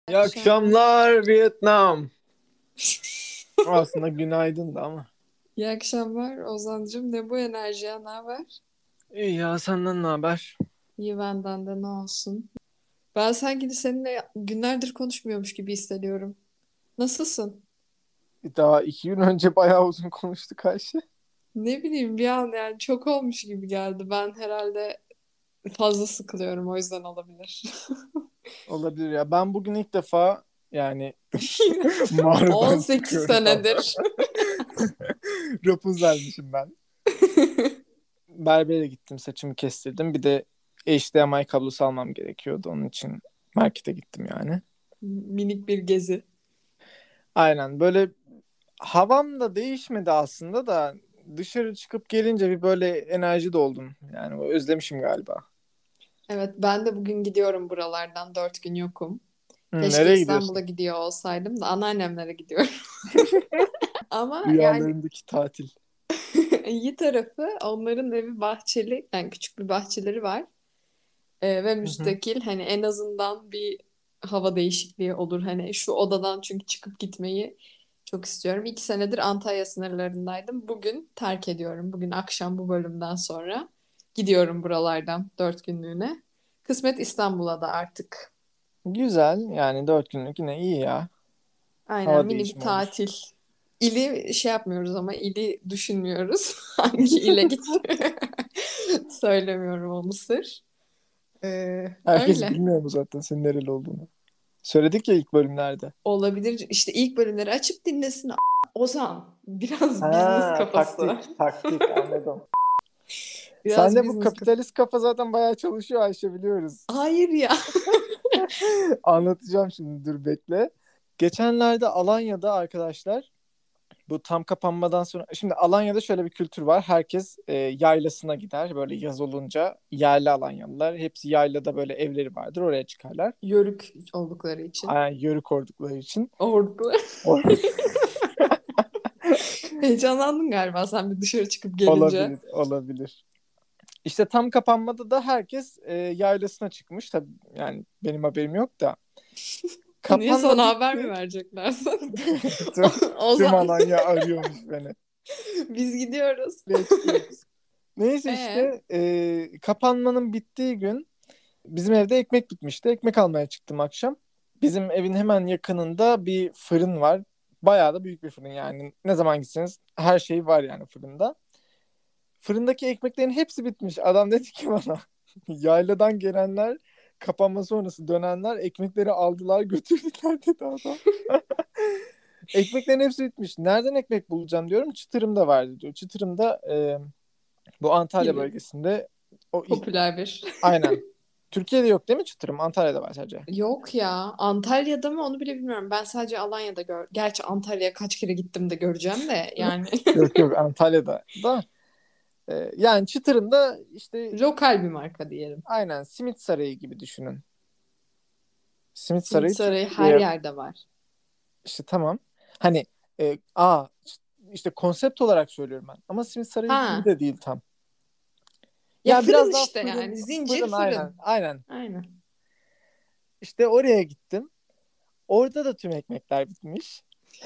İyi Akşamlar. akşamlar Vietnam. Aslında günaydın da ama. İyi akşamlar Ozan'cığım. Ne bu enerji ya? Ne haber? İyi ya, senden ne haber? İyi benden de ne olsun. Ben sanki de seninle günlerdir konuşmuyormuş gibi hissediyorum. Nasılsın? Daha 2 gün önce bayağı uzun konuştuk Ayşe. Ne bileyim bir an yani çok olmuş gibi geldi. Ben herhalde fazla sıkılıyorum o yüzden olabilir. Olabilir ya. Ben bugün ilk defa yani mağaradan 18 çıkıyorum falan. senedir. Rapunzel'mişim ben. Berbere gittim, saçımı kestirdim. Bir de HDMI kablosu almam gerekiyordu. Onun için markete gittim yani. Minik bir gezi. Aynen, böyle havam da değişmedi aslında da dışarı çıkıp gelince bir böyle enerji doldum. Yani özlemişim galiba. Evet ben de bugün gidiyorum buralardan. 4 gün yokum. Keşke Nereye İstanbul'a gidiyorsun? gidiyor olsaydım da anneannemlere gidiyorum. Ama yani Rüyalarındaki tatil. İyi tarafı onların evi bahçeli yani küçük bir bahçeleri var. Ve Hı hı. müstakil hani en azından bir hava değişikliği olur hani şu odadan çünkü çıkıp gitmeyi çok istiyorum. 2 senedir Antalya sınırlarındaydım. Bugün terk ediyorum. Bugün akşam bu bölümden sonra gidiyorum buralardan 4 günlüğüne. Kısmet İstanbul'a da artık. Güzel, yani 4 günlük yine iyi ya. Aynen Hava mini bir değişimi olur. tatil. İli şey yapmıyoruz ama ili düşünmüyoruz. Hangi ile gitti? Söylemiyorum onu sır. Herkes Öyle. bilmiyor mu zaten senin nereli olduğunu? Söyledik ya ilk bölümlerde. Olabilir. İşte ilk bölümleri açıp dinlesin. Ozan. Biraz business Ha, kafası. taktik anladım. Biraz Sende bu business kafası. kapitalist kafa zaten bayağı çalışıyor Ayşe, biliyoruz. Hayır ya. Anlatacağım şimdi, dur bekle. Geçenlerde Alanya'da arkadaşlar, bu tam kapanmadan sonra, şimdi Alanya'da şöyle bir kültür var. Herkes yaylasına gider. Böyle yaz olunca yerli Alanyalılar hepsi yaylada, böyle evleri vardır, oraya çıkarlar. Yörük oldukları için. Aynen, yörük oldukları için. Oldukları. O- Heyecanlandın galiba sen bir dışarı çıkıp gelince. olabilir. İşte tam kapanmada da herkes yaylasına çıkmış. Tabii yani benim haberim yok da. Niye Kapanma sana haber mi bitti. verecekler sana? Tüm, tüm Ozan. Alanya arıyormuş beni. Biz gidiyoruz. Bekliyoruz. Neyse E işte kapanmanın bittiği gün bizim evde ekmek bitmişti. Ekmek almaya çıktım akşam. Bizim evin hemen yakınında bir fırın var. Bayağı da büyük bir fırın yani. Ne zaman gitseniz her şey var yani fırında. Fırındaki ekmeklerin hepsi bitmiş. Adam dedi ki bana, yayladan gelenler, kapanma sonrası dönenler ekmekleri aldılar götürdüler dedi adam. Ekmeklerin hepsi bitmiş. Nereden ekmek bulacağım diyorum. Çıtırımda vardı diyor. Çıtırımda bu Antalya gibi. bölgesinde o Popüler bir. aynen. Türkiye'de yok değil mi çıtırım? Antalya'da var sadece. Yok ya. Antalya'da mı onu bile bilmiyorum. Ben sadece Alanya'da gör. Gerçi Antalya'ya kaç kere gittim de göreceğim de yani. Yok yok, Antalya'da da. Yani çıtırımda işte, Lokal bir marka diyelim. aynen simit sarayı gibi düşünün. Simit Simit sarayı sarayı her Türkiye'ye yerde var. işte, tamam. Hani işte konsept olarak söylüyorum ben. Ama simit sarayı gibi Ha. de değil tam. Ya Yani biraz fırın daha işte yani. Zincir fırın, aynen fırın. aynen. Aynen. İşte oraya gittim. Orada da tüm ekmekler bitmiş.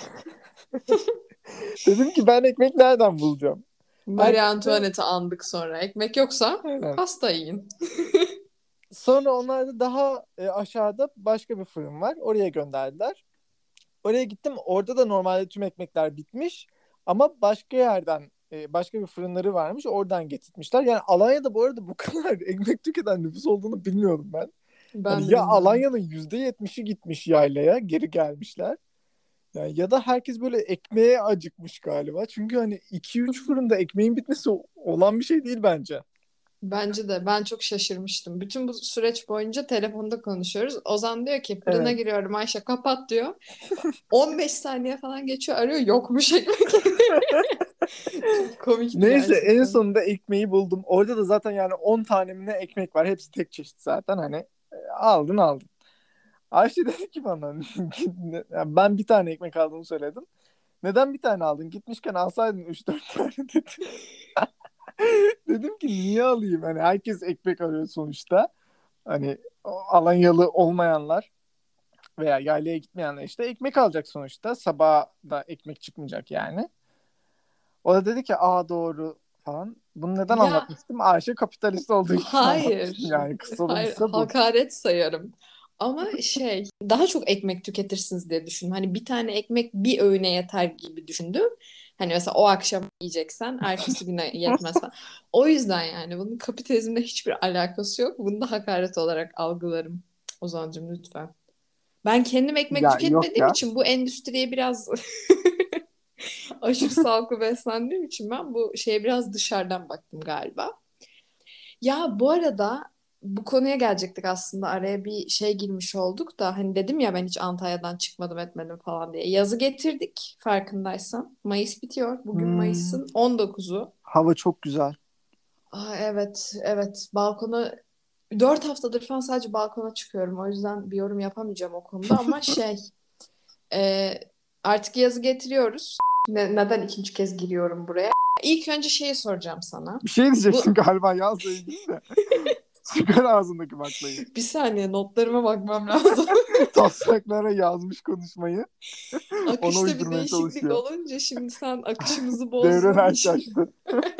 Dedim ki ben ekmek nereden bulacağım? Marie Herkes de Antoinette'i andık sonra. Ekmek yoksa aynen. pasta yiyin. Sonra onlar da daha aşağıda başka bir fırın var. Oraya gönderdiler. Oraya gittim. Orada da normalde tüm ekmekler bitmiş. Ama başka yerden başka bir fırınları varmış. Oradan getirtmişler. Yani Alanya'da bu arada bu kadar ekmek tüketen nüfus olduğunu bilmiyordum ben. Ben Hani de ya bilmiyordum. Alanya'nın %70'i gitmiş yaylaya, geri gelmişler. Yani ya da herkes böyle ekmeğe acıkmış galiba. Çünkü hani 2-3 fırında ekmeğin bitmesi olan bir şey değil bence. Bence de ben çok şaşırmıştım. Bütün bu süreç boyunca telefonda konuşuyoruz. Ozan diyor ki fırına Evet. giriyorum Ayşe kapat diyor. 15 saniye falan geçiyor arıyor yokmuş ekmek. Çok komikti Neyse, en gerçekten. sonunda ekmeği buldum. Orada da zaten yani 10 tane mi ne ekmek var. Hepsi tek çeşit zaten, hani aldın. Ayşe dedi ki bana, yani ben bir tane ekmek aldığımı söyledim. Neden bir tane aldın? Gitmişken alsaydın 3-4 tane dedi. Dedim ki niye alayım? Hani herkes ekmek arıyor sonuçta. Hani Alanyalı olmayanlar. veya yaylaya gitmeyenler işte ekmek alacak sonuçta. Sabah da ekmek çıkmayacak yani. O da dedi ki doğru falan. Bunu neden Ya anlatmıştım? Ayşe kapitalist olduğu için anlatmıştım hayır. yani. Hayır, Kısalımsa bu. hakaret sayarım. Ama daha çok ekmek tüketirsiniz diye düşündüm. Hani bir tane ekmek bir öğüne yeter gibi düşündüm. Hani mesela o akşam yiyeceksen ertesi güne yetmez falan. O yüzden yani bunun kapitalizmle hiçbir alakası yok. Bunu da hakaret olarak algılarım. Ozan'cığım lütfen. Ben kendim ekmek Ya yok tüketmediğim ya. için bu endüstriye biraz aşırı sağlıklı beslendiğim için ben bu şeye biraz dışarıdan baktım galiba. Ya bu arada bu konuya gelecektik aslında. Araya bir şey girmiş olduk da hani dedim ya ben hiç Antalya'dan çıkmadım etmedim falan diye. Yazı getirdik farkındaysan. Mayıs bitiyor. Bugün Hmm, Mayıs'ın 19'u. hava çok güzel. Evet, evet. Balkona 4 haftadır falan sadece balkona çıkıyorum. O yüzden bir yorum yapamayacağım o konuda ama e, artık yazı getiriyoruz. Neden ikinci kez giriyorum buraya? İlk önce şeyi soracağım sana. Bir şey Bu diyeceksin galiba yazla ilgili de. Çıkar ağzındaki baklayı. bir saniye notlarıma bakmam lazım. Taslaklara yazmış konuşmayı. Ona Akışta bir uydurmaya değişiklik çalışıyor. olunca şimdi sen akışımızı bozduğun Devreler için. şaştı.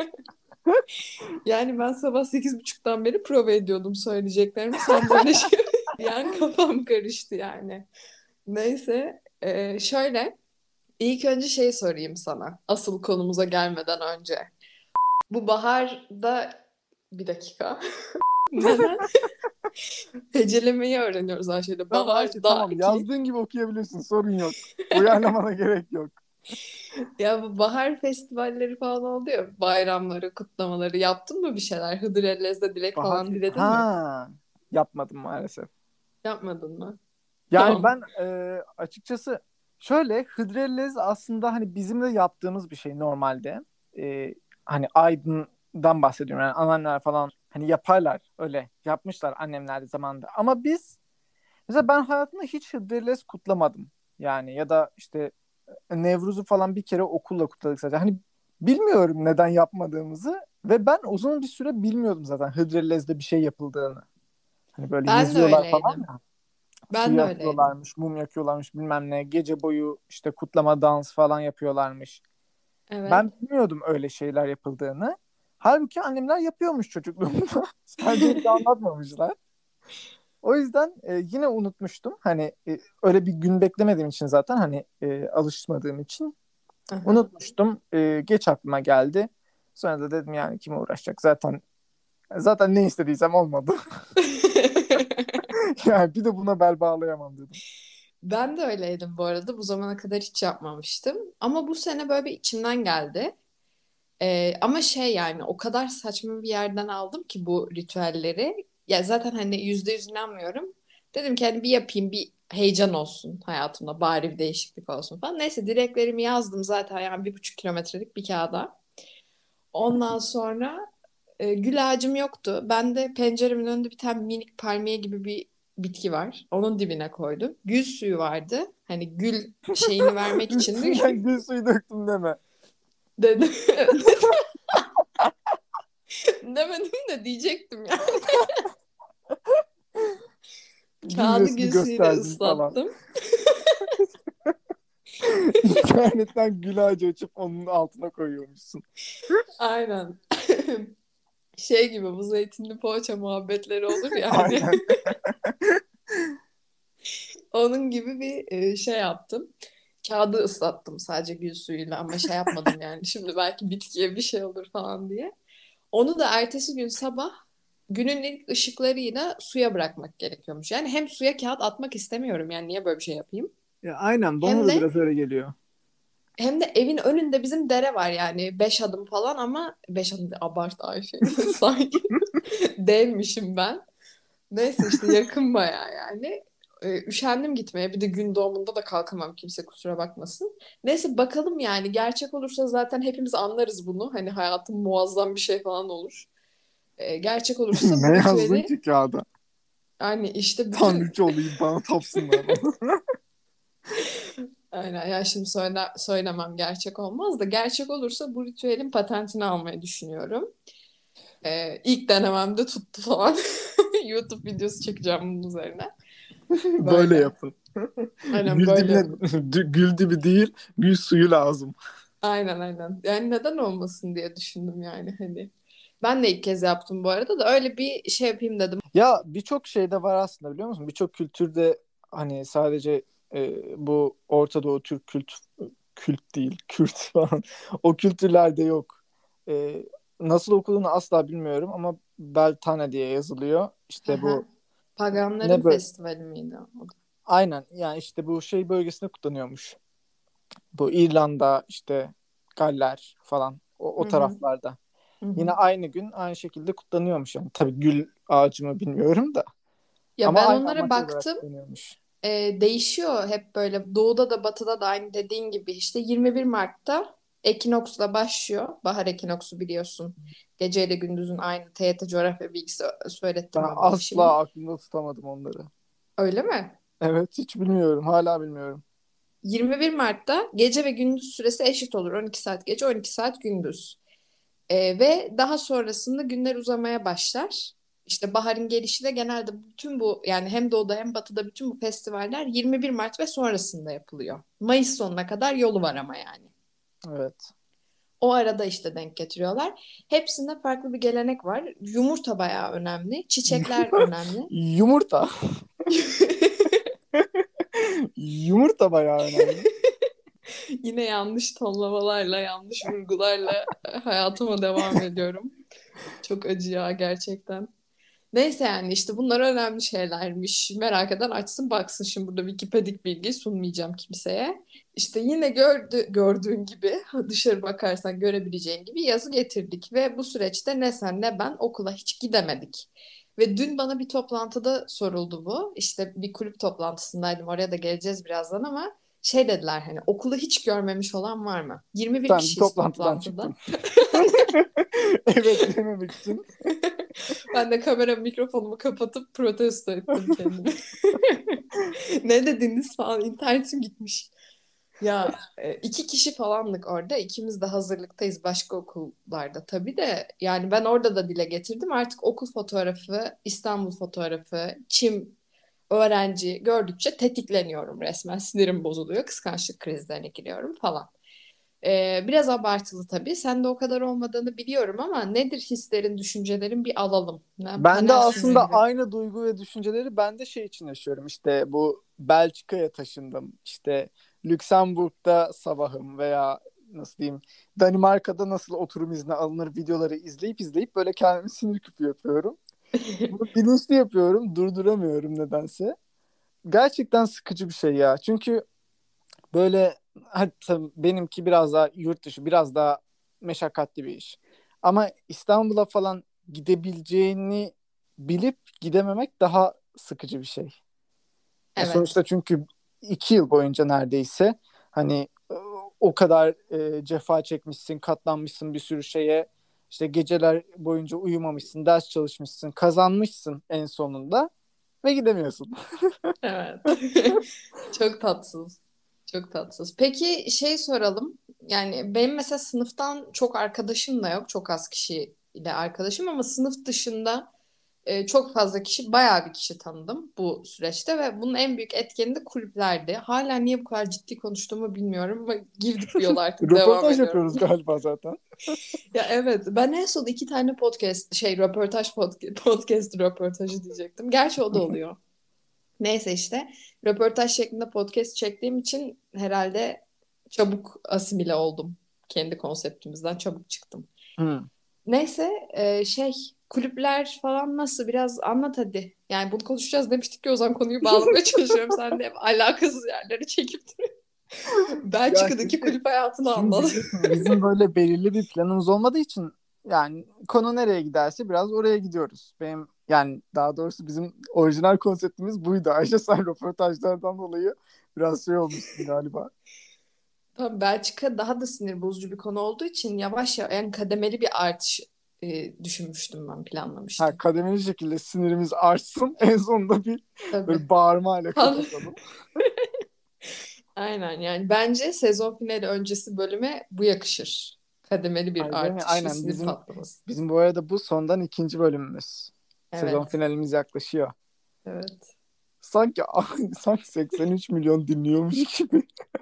Yani ben sabah 8.30'dan beri prova ediyordum söyleyeceklerimi. Sen böyle şey yani kafam karıştı yani. Neyse şöyle ilk önce şey sorayım sana asıl konumuza gelmeden önce. Bu baharda bir dakika. Neden? Hecelemeyi öğreniyoruz Ayşe'de. Tamam Ayşe, Baharda tamam. ki Yazdığın gibi okuyabilirsin. Sorun yok. Uyarlamana gerek yok. ya bu bahar festivalleri falan oldu ya bayramları, kutlamaları yaptın mı bir şeyler? Hıdrellez'de dilek Bahar falan fe- diledin mi? ha Yapmadım maalesef. Yapmadın mı? Yani Tamam. ben açıkçası şöyle, Hıdrellez aslında hani bizim de yaptığımız bir şey normalde. Hani Aydın'dan bahsediyorum. Yani anneanneler falan hani yaparlar, öyle yapmışlar annemler de zamanında. Ama biz mesela, ben hayatımda hiç Hıdrellez kutlamadım. Yani ya da işte Nevruz'u falan bir kere okulla kutladık sadece. Hani bilmiyorum neden yapmadığımızı ve ben uzun bir süre bilmiyordum zaten Hıdrellez'de bir şey yapıldığını. Hani böyle Ben de yazıyorlar falan öyleydim. ya. Su Ben de öyleydim. yakıyorlarmış, mum yakıyorlarmış, bilmem ne. Gece boyu işte kutlama dans falan yapıyorlarmış. Evet. Ben bilmiyordum öyle şeyler yapıldığını. Halbuki annemler yapıyormuş çocukluğumda. Sadece hiç anlatmamışlar. O yüzden yine unutmuştum. Hani öyle bir gün beklemediğim için, zaten hani alışmadığım için Aha. unutmuştum. Geç aklıma geldi. Sonra da dedim yani kime uğraşacak? Zaten ne istediysem olmadı. Yani bir de buna bel bağlayamam dedim. Ben de öyleydim bu arada. Bu zamana kadar hiç yapmamıştım. Ama bu sene böyle bir içimden geldi. Ama yani o kadar saçma bir yerden aldım ki bu ritüelleri. Ya zaten hani %100 inanmıyorum. Dedim ki hani bir yapayım bir heyecan olsun hayatımda bari bir değişiklik olsun falan. Neyse dileklerimi yazdım zaten yani 1,5 kilometrelik bir kağıda. Ondan sonra gül ağacım yoktu. Ben de penceremin önünde bir tane minik palmiye gibi bir bitki var. Onun dibine koydum. Gül suyu vardı. Hani gül şeyini vermek için de Üstünden gül suyu döktüm deme. dedim. Demedim de diyecektim ya. Gül Kağıdı resmi gül suyuyla gösterdim falan. ıslattım. İnternetten gül ağacı açıp onun altına koyuyormuşsun. Aynen. Şey gibi bu zeytinli poğaça muhabbetleri olur ya hani. Aynen. Onun gibi bir şey yaptım. Kağıdı ıslattım sadece gül suyuyla ama şey yapmadım yani. Şimdi belki bitkiye bir şey olur falan diye. Onu da ertesi gün sabah günün ilk ışıklarıyla suya bırakmak gerekiyormuş. Yani hem suya kağıt atmak istemiyorum yani niye böyle bir şey yapayım? Ya aynen, bana Hem da de biraz öyle geliyor. hem de evin önünde bizim dere var yani 5 adım falan ama 5 adım abart Ayşe sanki değilmişim ben. Neyse işte yakın baya yani. Üşendim gitmeye. Bir de gün doğumunda da kalkamam kimse kusura bakmasın. Neyse bakalım yani gerçek olursa zaten hepimiz anlarız bunu. Hani hayatım muazzam bir şey falan olur. Gerçek olursa bu Ne yazdın ritüeli ki kağıda? yani işte bütün Tanrıça olayım, bana tapsınlar onu. aynen ya şimdi söylemem gerçek olmaz da gerçek olursa bu ritüelin patentini almayı düşünüyorum. İlk denememde tuttu falan. YouTube videosu çekeceğim bunun üzerine. Böyle Böyle. yapın. Aynen Gül dibine böyle. gül dibi değil, gül suyu lazım. Aynen aynen. Yani neden olmasın diye düşündüm yani hani. Ben de ilk kez yaptım bu arada da öyle bir şey yapayım dedim. Ya birçok şeyde var aslında, biliyor musun? Birçok kültürde, hani sadece bu Orta Doğu Türk kült değil, Kürt falan. O kültürlerde yok. Nasıl okunduğunu asla bilmiyorum ama Beltane diye yazılıyor. İşte bu Aha. Paganların ne böyle, festivali miydi o da? aynen yani işte bu şey bölgesinde kutlanıyormuş. Bu İrlanda, işte Galler falan, o Hı hı. taraflarda. Hı hı. Yine aynı gün aynı şekilde kutlanıyormuş yani. Tabii gül ağacı mı bilmiyorum da. Ya Ama ben aynı onlara amaç olarak baktım. kutlanıyormuş. Değişiyor hep böyle. Doğuda da batıda da aynı dediğin gibi işte 21 Mart'ta ekinoksla başlıyor. Bahar ekinoksu biliyorsun. Geceyle gündüzün aynı. TYT coğrafya bilgisi Ben söylettirme bana şimdi. asla aklımda tutamadım onları. Öyle mi? Evet, hiç bilmiyorum. Hala bilmiyorum. 21 Mart'ta gece ve gündüz süresi eşit olur. 12 saat gece, 12 saat gündüz. Ve daha sonrasında günler uzamaya başlar. İşte baharın gelişi de genelde bütün bu yani hem doğuda hem batıda bütün bu festivaller 21 Mart ve sonrasında yapılıyor. Mayıs sonuna kadar yolu var ama yani. Evet. O arada işte denk getiriyorlar. Hepsinde farklı bir gelenek var. Yumurta bayağı önemli. Çiçekler önemli. Yumurta. Yumurta bayağı önemli. Yine yanlış tonlamalarla, yanlış vurgularla hayatıma devam ediyorum. Çok acı ya gerçekten. Neyse yani işte bunlar önemli şeylermiş. Merak eden açsın baksın. Şimdi burada Wikipedik bilgi sunmayacağım kimseye. İşte yine gördüğün gibi dışarı bakarsan görebileceğin gibi yazı getirdik. Ve bu süreçte ne sen ne ben okula hiç gidemedik. Ve dün bana bir toplantıda soruldu bu. İşte bir kulüp toplantısındaydım. Oraya da geleceğiz birazdan ama şey dediler hani okulu hiç görmemiş olan var mı? 21 Sen bir kişiyiz toplantıdan toplantıda. çıktın. Evet dememek için. Ben de kamera mikrofonumu kapatıp protesto ettim kendimi. Ne dediniz falan internetim gitmiş. Ya iki kişi falandık orada. İkimiz de hazırlıktayız başka okullarda tabii de. Yani ben orada da dile getirdim. Artık okul fotoğrafı, İstanbul fotoğrafı, çim, öğrenci gördükçe tetikleniyorum resmen. Sinirim bozuluyor. Kıskançlık krizlerine giriyorum falan. Biraz abartılı tabii. Sen de o kadar olmadığını biliyorum ama nedir hislerin, düşüncelerin bir alalım. Ben de Panel sunuyor aslında gibi. aynı duygu ve düşünceleri ben de şey için yaşıyorum. İşte bu Belçika'ya taşındım. İşte Lüksemburg'da sabahım veya nasıl diyeyim, Danimarka'da nasıl oturum izni alınır videoları izleyip böyle kendimi sinir küpü yapıyorum. Bunu bilinçli yapıyorum. Durduramıyorum nedense. Gerçekten sıkıcı bir şey ya. Çünkü böyle, hatta benimki biraz daha yurt dışı, biraz daha meşakkatli bir iş. Ama İstanbul'a falan gidebileceğini bilip gidememek daha sıkıcı bir şey. Ya Evet. sonuçta çünkü 2 yıl boyunca neredeyse hani o kadar cefa çekmişsin, katlanmışsın bir sürü şeye. İşte geceler boyunca uyumamışsın, ders çalışmışsın, kazanmışsın en sonunda ve gidemiyorsun. Evet. Çok tatsız. Çok tatsız. Peki şey soralım. Yani benim mesela sınıftan çok arkadaşım da yok. Çok az kişiyle arkadaşım ama sınıf dışında çok fazla kişi, bayağı bir kişi tanıdım bu süreçte ve bunun en büyük etkeni de kulüplerdi. Hala niye bu kadar ciddi konuştuğumu bilmiyorum ama girdik bir yola artık devam Röportaj ediyorum. yapıyoruz galiba zaten. Ya evet ben en son iki tane podcast şey podcast röportajı diyecektim. Gerçi o da oluyor. Neyse işte röportaj şeklinde podcast çektiğim için herhalde çabuk asimile oldum. Kendi konseptimizden çabuk çıktım. Hmm. Neyse şey kulüpler falan nasıl biraz anlat hadi. Yani bunu konuşacağız demiştik ki o zaman konuyu bağlamaya çalışıyorum. Sen de hep alakasız yerleri çekip duruyorsun. Ya Belçika'daki şimdi, kulüp hayatını şimdi anlat. bizim böyle belirli bir planımız olmadığı için yani konu nereye giderse biraz oraya gidiyoruz. Benim yani daha doğrusu bizim orijinal konseptimiz buydu. Ayşe, sen röportajlardan dolayı biraz şey olmuşsun galiba. Tabii Belçika daha da sinir bozucu bir konu olduğu için yavaş yavaş yani kademeli bir artış düşünmüştüm ben Ha, planlamıştım. kademeli şekilde sinirimiz artsın. En sonunda bir Tabii. böyle bağırmayla Pan- kapatalım. Aynen yani bence sezon finali öncesi bölüme bu yakışır. Kademeli bir Ay, değil mi? artış ve Aynen, sinir bizim patlaması. bizim bu arada bu sondan ikinci bölümümüz. Sezon Evet. finalimiz yaklaşıyor. Evet. Sanki sanki 83 milyon dinliyormuş gibi.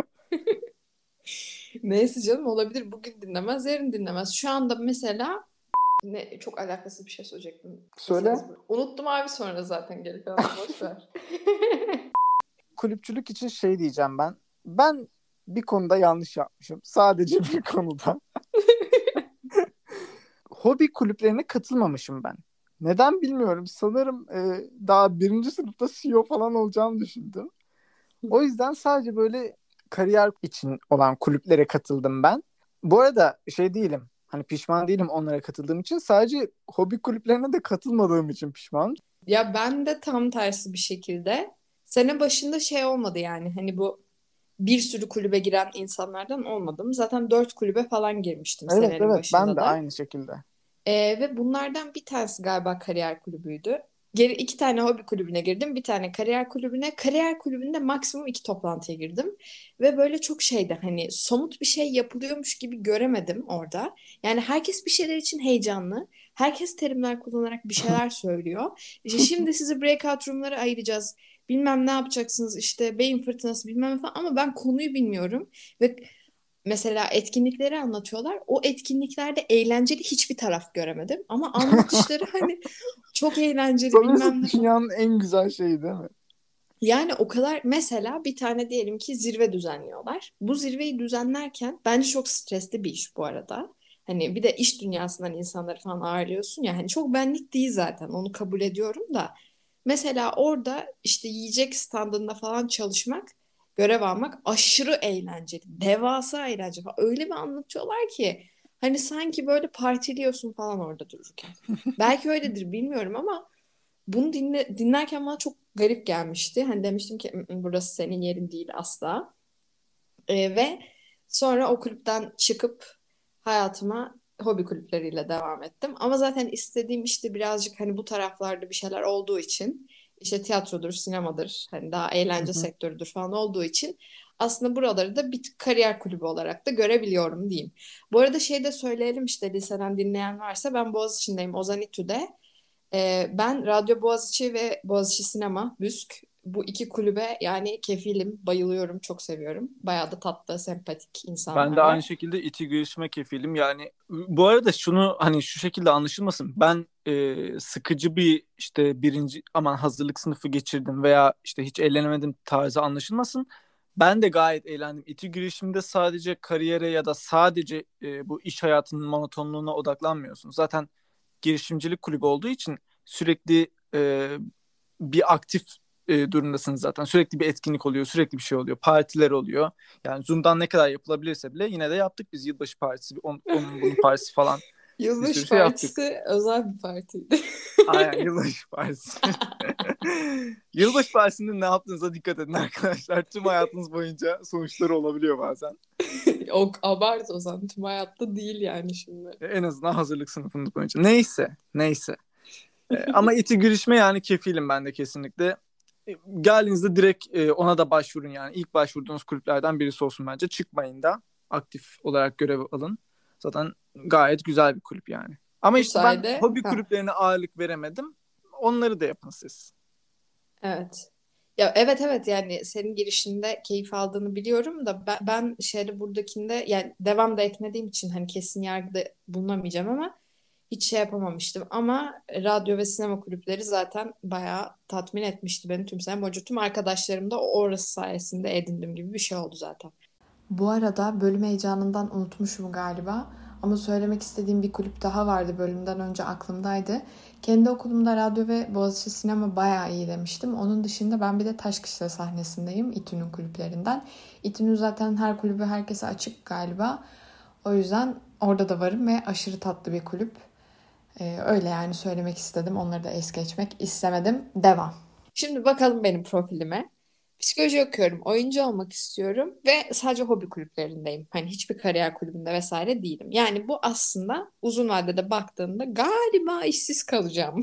Neyse canım, olabilir. Bugün dinlemez, yarın dinlemez. Şu anda mesela ne çok alakasız bir şey söyleyecektim. Söyle. Unuttum abi, sonra zaten geri kalanı boş ver. Kulüpçülük için şey diyeceğim ben. Ben bir konuda yanlış yapmışım. Sadece bir konuda. Hobi kulüplerine katılmamışım ben. Neden bilmiyorum. Sanırım daha birinci sınıfta CEO falan olacağımı düşündüm. O yüzden sadece böyle kariyer için olan kulüplere katıldım ben. Bu arada şey değilim. Hani pişman değilim onlara katıldığım için. Sadece hobi kulüplerine de katılmadığım için pişmanım. Ya ben de tam tersi bir şekilde. Sene başında şey olmadı yani. Hani bu bir sürü kulübe giren insanlardan olmadım. Zaten 4 kulübe falan girmiştim Evet, senenin evet, ben başında de da. aynı şekilde. Ve bunlardan bir tanesi galiba kariyer kulübüydü. Geri 2 tane hobi kulübüne girdim. Bir tane kariyer kulübüne. Kariyer kulübünde maksimum 2 toplantıya girdim. Ve böyle çok şeydi, hani somut bir şey yapılıyormuş gibi göremedim orada. Yani herkes bir şeyler için heyecanlı. Herkes terimler kullanarak bir şeyler söylüyor. İşte şimdi sizi breakout room'lara ayıracağız. Bilmem ne yapacaksınız, işte beyin fırtınası bilmem ne falan, ama ben konuyu bilmiyorum. Ve mesela etkinlikleri anlatıyorlar. O etkinliklerde eğlenceli hiçbir taraf göremedim. Ama anlatışları hani çok eğlenceli bilmem Sanırsın ne falan. dünyanın en güzel şeyi değil mi? Yani o kadar, mesela bir tane diyelim ki zirve düzenliyorlar. Bu zirveyi düzenlerken bence çok stresli bir iş bu arada. Hani bir de iş dünyasından insanları falan ağırlıyorsun ya, hani çok benlik değil zaten, onu kabul ediyorum da. Mesela orada işte yiyecek standında falan çalışmak, görev almak aşırı eğlenceli. Devasa eğlenceli falan. Öyle bir anlatıyorlar ki hani sanki böyle partiliyorsun falan orada dururken. Belki öyledir, bilmiyorum, ama bunu dinlerken bana çok garip gelmişti. Hani demiştim ki burası senin yerin değil asla." Ve sonra o kulüpten çıkıp hayatıma hobi kulüpleriyle devam ettim. Ama zaten istediğim işte birazcık hani bu taraflarda bir şeyler olduğu için, işte tiyatrodur, sinemadır, hani daha Hı eğlence hı. sektörüdür falan olduğu için aslında buraları da bir kariyer kulübü olarak da görebiliyorum diyeyim. Bu arada şey de söyleyelim, işte liseden dinleyen varsa, ben Boğaziçi'ndeyim, Ozan İTÜ'de. Ben Radyo Boğaziçi ve Boğaziçi Sinema, BÜSK, bu 2 kulübe yani kefilim, bayılıyorum, çok seviyorum. Bayağı da tatlı, sempatik Ben insanlar de aynı var. şekilde iti girişime kefilim. Yani bu arada şunu hani şu şekilde anlaşılmasın. Ben sıkıcı bir işte birinci aman hazırlık sınıfı geçirdim veya işte hiç eğlenemedim tarzı anlaşılmasın. Ben de gayet eğlendim. İTÜ girişimde sadece kariyere ya da sadece bu iş hayatının monotonluğuna odaklanmıyorsun. Zaten girişimcilik kulübü olduğu için sürekli bir aktif durumdasınız zaten. Sürekli bir etkinlik oluyor, sürekli bir şey oluyor. Partiler oluyor. Yani Zoom'dan ne kadar yapılabilirse bile yine de yaptık biz yılbaşı partisi, onun bunun partisi falan bir sürü Yılbaşı şey yaptık. partisi özel bir partiydi. Aynen yılbaşı partisi. Yılbaşı partisinde ne yaptığınıza dikkat edin arkadaşlar. Tüm hayatınız boyunca sonuçları olabiliyor bazen. O abart, o zaman tüm hayatta değil yani şimdi. En azından hazırlık sınıfınız boyunca. Neyse, neyse. Ama iti girişme yani kefilim ben de kesinlikle. Geldiğinizde direkt ona da başvurun yani. İlk başvurduğunuz kulüplerden birisi olsun bence. Çıkmayın da aktif olarak görev alın. Zaten gayet güzel bir kulüp yani. Ama Bu işte ben sayede hobi kulüplerine ağırlık veremedim. Onları da yapın siz. evet. Ya evet, evet, yani senin girişinde keyif aldığını biliyorum da ben şeyde, buradakinde yani devam da etmediğim için hani kesin yargıda bulunamayacağım, ama hiç şey yapamamıştım. Ama radyo ve sinema kulüpleri zaten bayağı tatmin etmişti beni tüm sene boyunca. Tüm arkadaşlarım da orası sayesinde edindim gibi bir şey oldu zaten. Bu arada bölüm heyecanından unutmuşum galiba. Ama söylemek istediğim bir kulüp daha vardı, bölümden önce aklımdaydı. Kendi okulumda radyo ve Boğaziçi sinema bayağı iyi demiştim. Onun dışında ben bir de Taşkışla sahnesindeyim, İTÜ'nün kulüplerinden. İTÜ'nün zaten her kulübü herkese açık galiba. O yüzden orada da varım ve aşırı tatlı bir kulüp. Öyle yani, söylemek istedim. Onları da es geçmek istemedim. Devam. Şimdi bakalım benim profilime. Psikoloji okuyorum, oyuncu olmak istiyorum ve sadece hobi kulüplerindeyim. Hani hiçbir kariyer kulübünde vesaire değilim. Yani bu aslında uzun vadede baktığında galiba işsiz kalacağım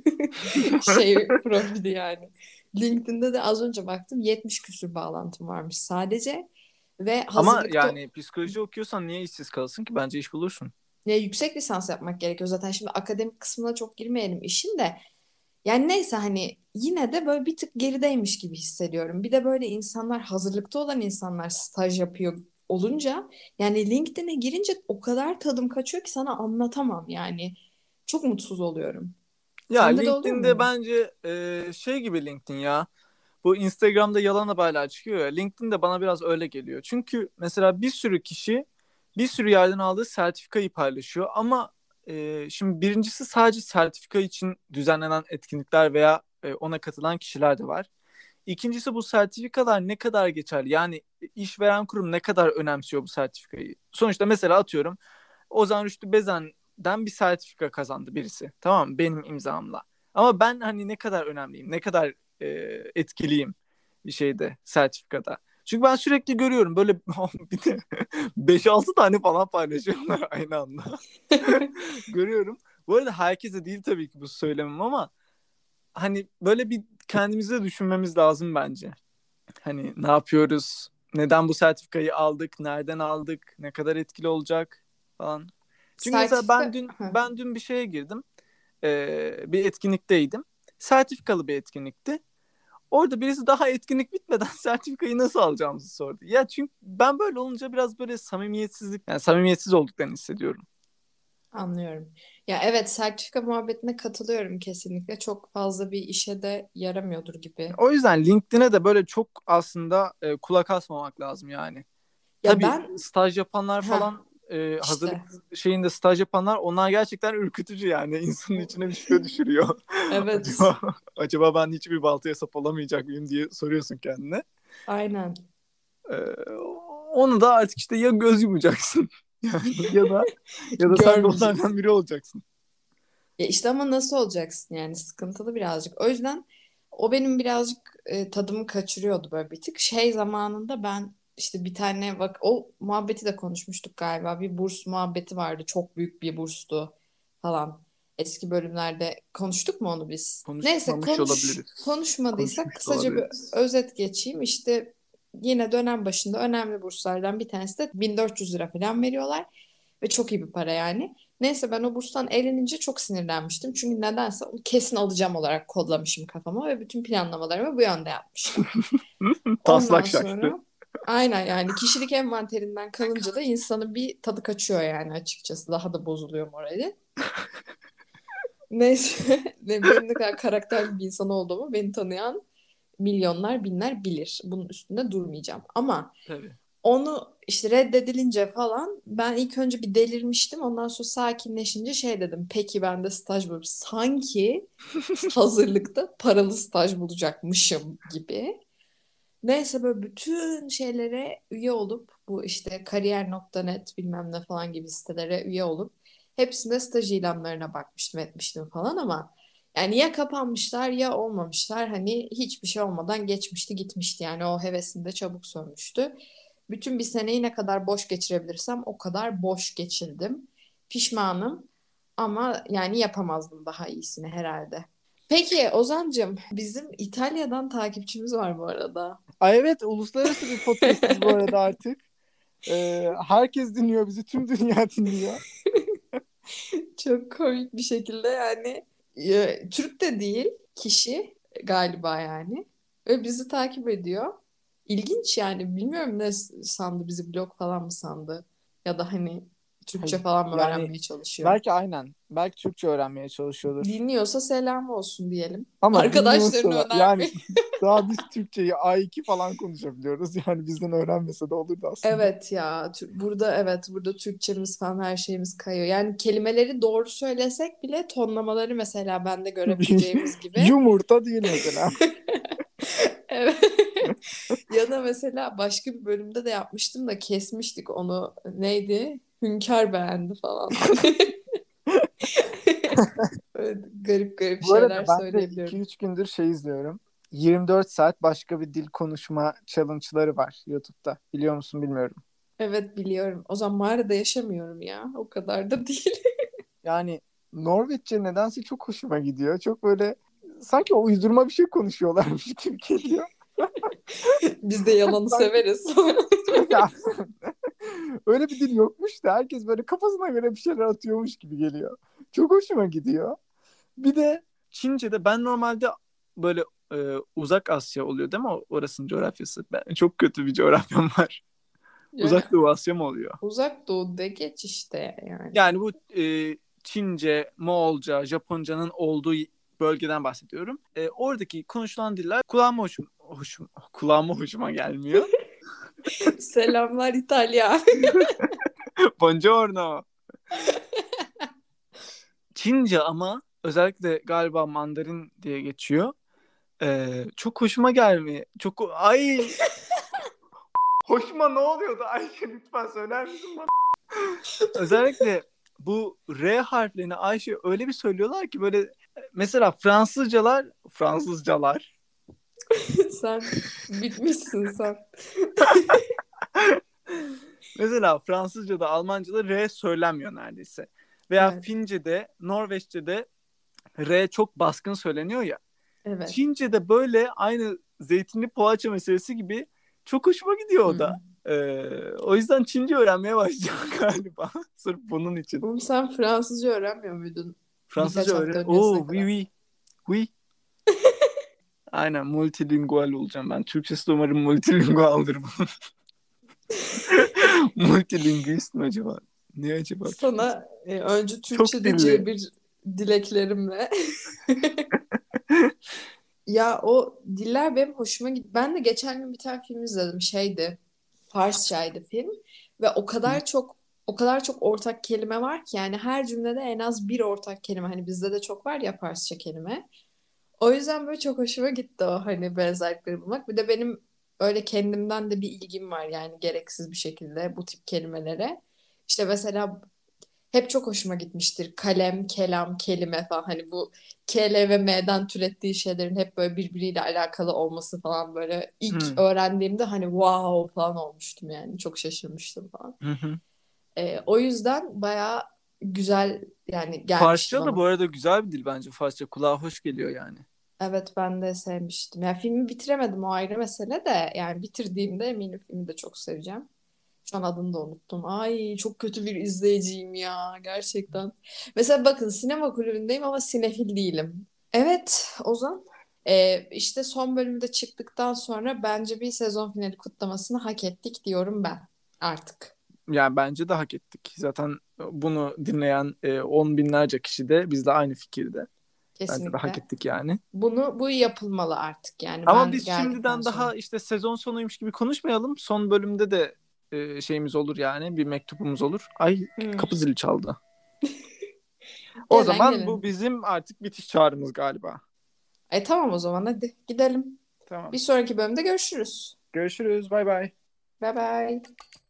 profili yani. LinkedIn'de de az önce baktım, 70 küsur bağlantım varmış sadece ve Ama hazırlıkta yani psikoloji okuyorsan niye işsiz kalırsın ki? Bence iş bulursun. ya yüksek lisans yapmak gerekiyor zaten. Şimdi akademik kısmına çok girmeyelim işin de. Yani neyse hani yine de böyle bir tık gerideymiş gibi hissediyorum. Bir de böyle insanlar, hazırlıkta olan insanlar staj yapıyor olunca, yani LinkedIn'e girince o kadar tadım kaçıyor ki sana anlatamam yani. Çok mutsuz oluyorum. Ya Sende de oluyor LinkedIn'de mu? bence şey gibi LinkedIn ya. Bu Instagram'da yalan haberler çıkıyor ya. LinkedIn de bana biraz öyle geliyor. Çünkü mesela bir sürü kişi bir sürü yerden aldığı sertifikayı paylaşıyor. Ama şimdi birincisi sadece sertifika için düzenlenen etkinlikler veya ona katılan kişiler de var. İkincisi bu sertifikalar ne kadar geçerli? Yani işveren kurum ne kadar önemsiyor bu sertifikayı? Sonuçta mesela atıyorum Ozan Rüştü Bezen'den bir sertifika kazandı birisi. Tamam mı? Benim imzamla. Ama ben hani ne kadar önemliyim, ne kadar e, etkiliyim bir şeyde, sertifikada. Çünkü ben sürekli görüyorum böyle bir de 5-6 tane falan paylaşıyorlar aynı anda. Görüyorum. Bu arada herkese değil tabii ki bu söylemem ama hani böyle bir kendimizi de düşünmemiz lazım bence. Hani ne yapıyoruz? Neden bu sertifikayı aldık? Nereden aldık? Ne kadar etkili olacak falan. Çünkü mesela ben Sertifika. dün Hı. ben dün bir şeye girdim. Bir etkinlikteydim. Sertifikalı bir etkinlikti. Orada birisi daha etkinlik bitmeden sertifikayı nasıl alacağımızı sordu. Ya çünkü ben böyle olunca biraz böyle samimiyetsizlik, yani samimiyetsiz olduklarını hissediyorum. Anlıyorum. Ya evet, sertifika muhabbetine katılıyorum kesinlikle. Çok fazla bir işe de yaramıyordur gibi. O yüzden LinkedIn'e de böyle çok aslında kulak asmamak lazım yani. Ya Tabii ben staj yapanlar ha falan hazırlık işte şeyinde staj yapanlar onlar gerçekten ürkütücü yani insanın içine bir şüphe düşürüyor. evet, Acaba ben hiçbir baltaya sap olamayacak mıyım diye soruyorsun kendine. aynen. E, Onu da artık işte ya göz yumacaksın yani ya da sen de onlardan Görmeyeceksin. biri olacaksın. Ya işte ama nasıl olacaksın yani, sıkıntılı birazcık. O yüzden o benim birazcık tadımı kaçırıyordu böyle bir tık. Şey zamanında ben işte bir tane bak, o muhabbeti de konuşmuştuk galiba. Bir burs muhabbeti vardı. Çok büyük bir burstu falan. Eski bölümlerde konuştuk mu onu biz? Neyse, Konuşmamış olabiliriz. konuşmadıysak Konuşmuş da kısaca bir olabiliriz. özet geçeyim. İşte yine dönem başında önemli burslardan bir tanesi de 1400 lira falan veriyorlar. Ve çok iyi bir para yani. Neyse, ben o burstan eğlenince çok sinirlenmiştim. Çünkü nedense onu kesin alacağım olarak kodlamışım kafama ve bütün planlamalarımı bu yönde yapmıştım. Ondan Taslak şaştı. sonra aynen, yani kişilik envanterinden kalınca da insanın bir tadı kaçıyor yani açıkçası. Daha da bozuluyor morali. Neyse, benim ne kadar karakterli bir insan olduğumu beni tanıyan milyonlar binler bilir. Bunun üstünde durmayacağım. Ama Tabii. onu işte reddedilince falan ben ilk önce bir delirmiştim. Ondan sonra sakinleşince şey dedim. Peki ben de staj bulup sanki hazırlıkta paralı staj bulacakmışım gibi. Neyse, böyle bütün şeylere üye olup bu işte kariyer.net bilmem ne falan gibi sitelere üye olup hepsinde staj ilanlarına bakmıştım etmiştim falan ama yani ya kapanmışlar ya olmamışlar, hani hiçbir şey olmadan geçmişti gitmişti, yani o hevesim de çabuk sönmüştü. Bütün bir seneyi ne kadar boş geçirebilirsem o kadar boş geçirdim. Pişmanım ama yani yapamazdım daha iyisini herhalde. Peki Ozancığım, bizim İtalya'dan takipçimiz var bu arada. Ay evet, uluslararası bir podcast'iz bu arada artık. Herkes dinliyor bizi. Tüm dünya dinliyor. Çok komik bir şekilde yani, Türk de değil kişi galiba yani, ve bizi takip ediyor. İlginç yani, bilmiyorum ne sandı, bizi blog falan mı sandı ya da hani Türkçe Hayır, falan mı yani öğrenmeye çalışıyor. belki aynen. Belki Türkçe öğrenmeye çalışıyordur. Dinliyorsa selam olsun diyelim. Ama Arkadaşlarına dinliyorsa da yani önermeyi. daha biz Türkçeyi A2 falan konuşabiliyoruz. Yani bizden öğrenmese de olurdu aslında. Evet ya, burada evet, burada Türkçemiz falan her şeyimiz kayıyor. Yani kelimeleri doğru söylesek bile tonlamaları mesela bende görebileceğimiz gibi. Yumurta değil mesela. Evet. Ya da mesela başka bir bölümde de yapmıştım da kesmiştik onu. Neydi? Hünkar beğendi falan. Öyle garip garip Bu şeyler arada ben de iki söyleyebiliyorum. üç gündür şey izliyorum. 24 saat başka bir dil konuşma challenge'ları var YouTube'da. Biliyor musun bilmiyorum. Evet, biliyorum. O zaman mağarada yaşamıyorum ya. O kadar da değil. Yani Norveççe nedense çok hoşuma gidiyor. Çok böyle sanki o uydurma bir şey konuşuyorlarmış gibi geliyor. Biz de yalanı Sanki severiz. ya, öyle bir dil yokmuş da herkes böyle kafasına göre bir şeyler atıyormuş gibi geliyor. Çok hoşuma gidiyor. Bir de Çince'de ben normalde böyle Uzak Asya oluyor değil mi orasının coğrafyası? Ben, çok kötü bir coğrafyam var. Yani Uzak Doğu Asya mı oluyor? Uzak Doğu'da geç işte yani. Yani bu Çince, Moğolca, Japonca'nın olduğu bölgeden bahsediyorum. Oradaki konuşulan diller kulağıma hoşuma gelmiyor. Selamlar İtalya. Buongiorno. Çince ama özellikle galiba Mandarin diye geçiyor. Çok hoşuma gelmiyor. Hoşuma ne oluyordu Ayşe, lütfen söyler misin bana? Özellikle bu R harflerini Ayşe öyle bir söylüyorlar ki böyle mesela Fransızcalar Sen bitmişsin sen. mesela Fransızca'da Almanca'da R söylenmiyor neredeyse. Veya Evet. Fince'de, Norveççe'de R çok baskın söyleniyor ya. Evet. Çince'de böyle aynı zeytinli poğaça meselesi gibi çok hoşuma gidiyor o da. O yüzden Çince öğrenmeye başlayacağım galiba. Sırf bunun için. Oğlum sen Fransızca öğrenmiyor muydun? Fransızca Birkaç hafta öğren. öncesine Oui kadar. oui. Oui. Aynen, multilingual olacağım ben. Türkçesi de umarım multilingualdır bu. Multilingüist mi acaba? Ne acaba? Sana önce Çok Türkçe'de dilli. C1 dileklerimle. Ya o diller benim hoşuma gitti. Ben de geçen gün bir tane film izledim. Farsçaydı film ve o kadar çok ortak kelime var ki yani her cümlede en az bir ortak kelime. Hani bizde de çok var ya Farsça kelime. O yüzden böyle çok hoşuma gitti o hani benzerlikleri bulmak. Bir de benim öyle kendimden de bir ilgim var yani gereksiz bir şekilde bu tip kelimelere. İşte mesela hep çok hoşuma gitmiştir. Kalem, kelam, kelime falan. Hani bu K, L ve M'den türettiği şeylerin hep böyle birbiriyle alakalı olması falan böyle. İlk Hmm. öğrendiğimde hani wow falan olmuştum yani. Çok şaşırmıştım falan. Hı hı. O yüzden bayağı güzel yani gelmişti Farsça da bana. bu arada güzel bir dil bence. Farsça kulağa hoş geliyor yani. Evet ben de sevmiştim. Yani filmi bitiremedim o ayrı mesele de. Yani bitirdiğimde eminim filmi de çok seveceğim. Şu an adını da unuttum. Ay çok kötü bir izleyiciyim ya gerçekten. Mesela bakın sinema kulübündeyim ama sinefil değilim. Evet Ozan. İşte son bölümde çıktıktan sonra bence bir sezon finali kutlamasını hak ettik diyorum ben artık. Yani bence de hak ettik. Zaten bunu dinleyen on binlerce kişi de bizle aynı fikirde. Bence de hak Kesinlikle. ettik yani. Bu yapılmalı artık yani Ama ben biz geldikten şimdiden sonra. daha işte sezon sonuymuş gibi konuşmayalım. Son bölümde de şeyimiz olur yani. Bir mektubumuz olur. Ay, Hmm. kapı zili çaldı. O Gelen zaman bu gelin. bizim artık bitiş çağrımız galiba. Tamam o zaman hadi gidelim. Tamam. Bir sonraki bölümde görüşürüz. Görüşürüz. Bay bay. Bye bye.